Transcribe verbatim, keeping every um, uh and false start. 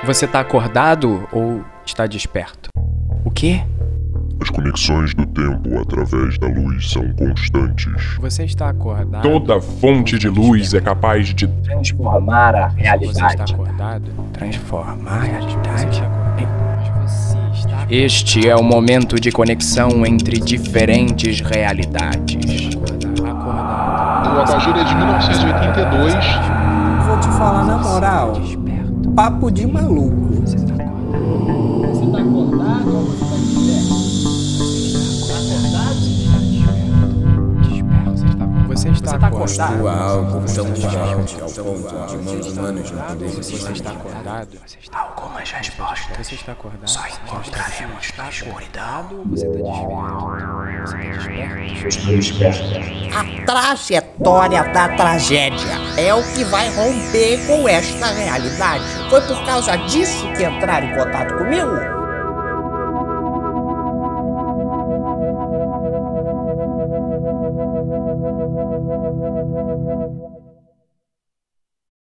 Você tá acordado ou está desperto? O quê? As conexões do tempo através da luz são constantes. Você está acordado? Toda fonte de luz é capaz de transformar a realidade. Você está acordado? Transformar a realidade? Este é o momento de conexão entre diferentes realidades. Acordado. O Abajur é de mil novecentos e oitenta e dois. Vou te falar na moral. Papo de maluco. Você está acordado? Você está acordado ou você Você está acordado? Construa algo tão forte ao ponto de mãos humanas não poderem Você está imaginar. acordado? Você está Algumas respostas Você está acordado? só encontraremos na escuridão. Você está desperto? Você está desperto? A trajetória da tragédia é o que vai romper com esta realidade. Foi por causa disso que entraram em contato comigo?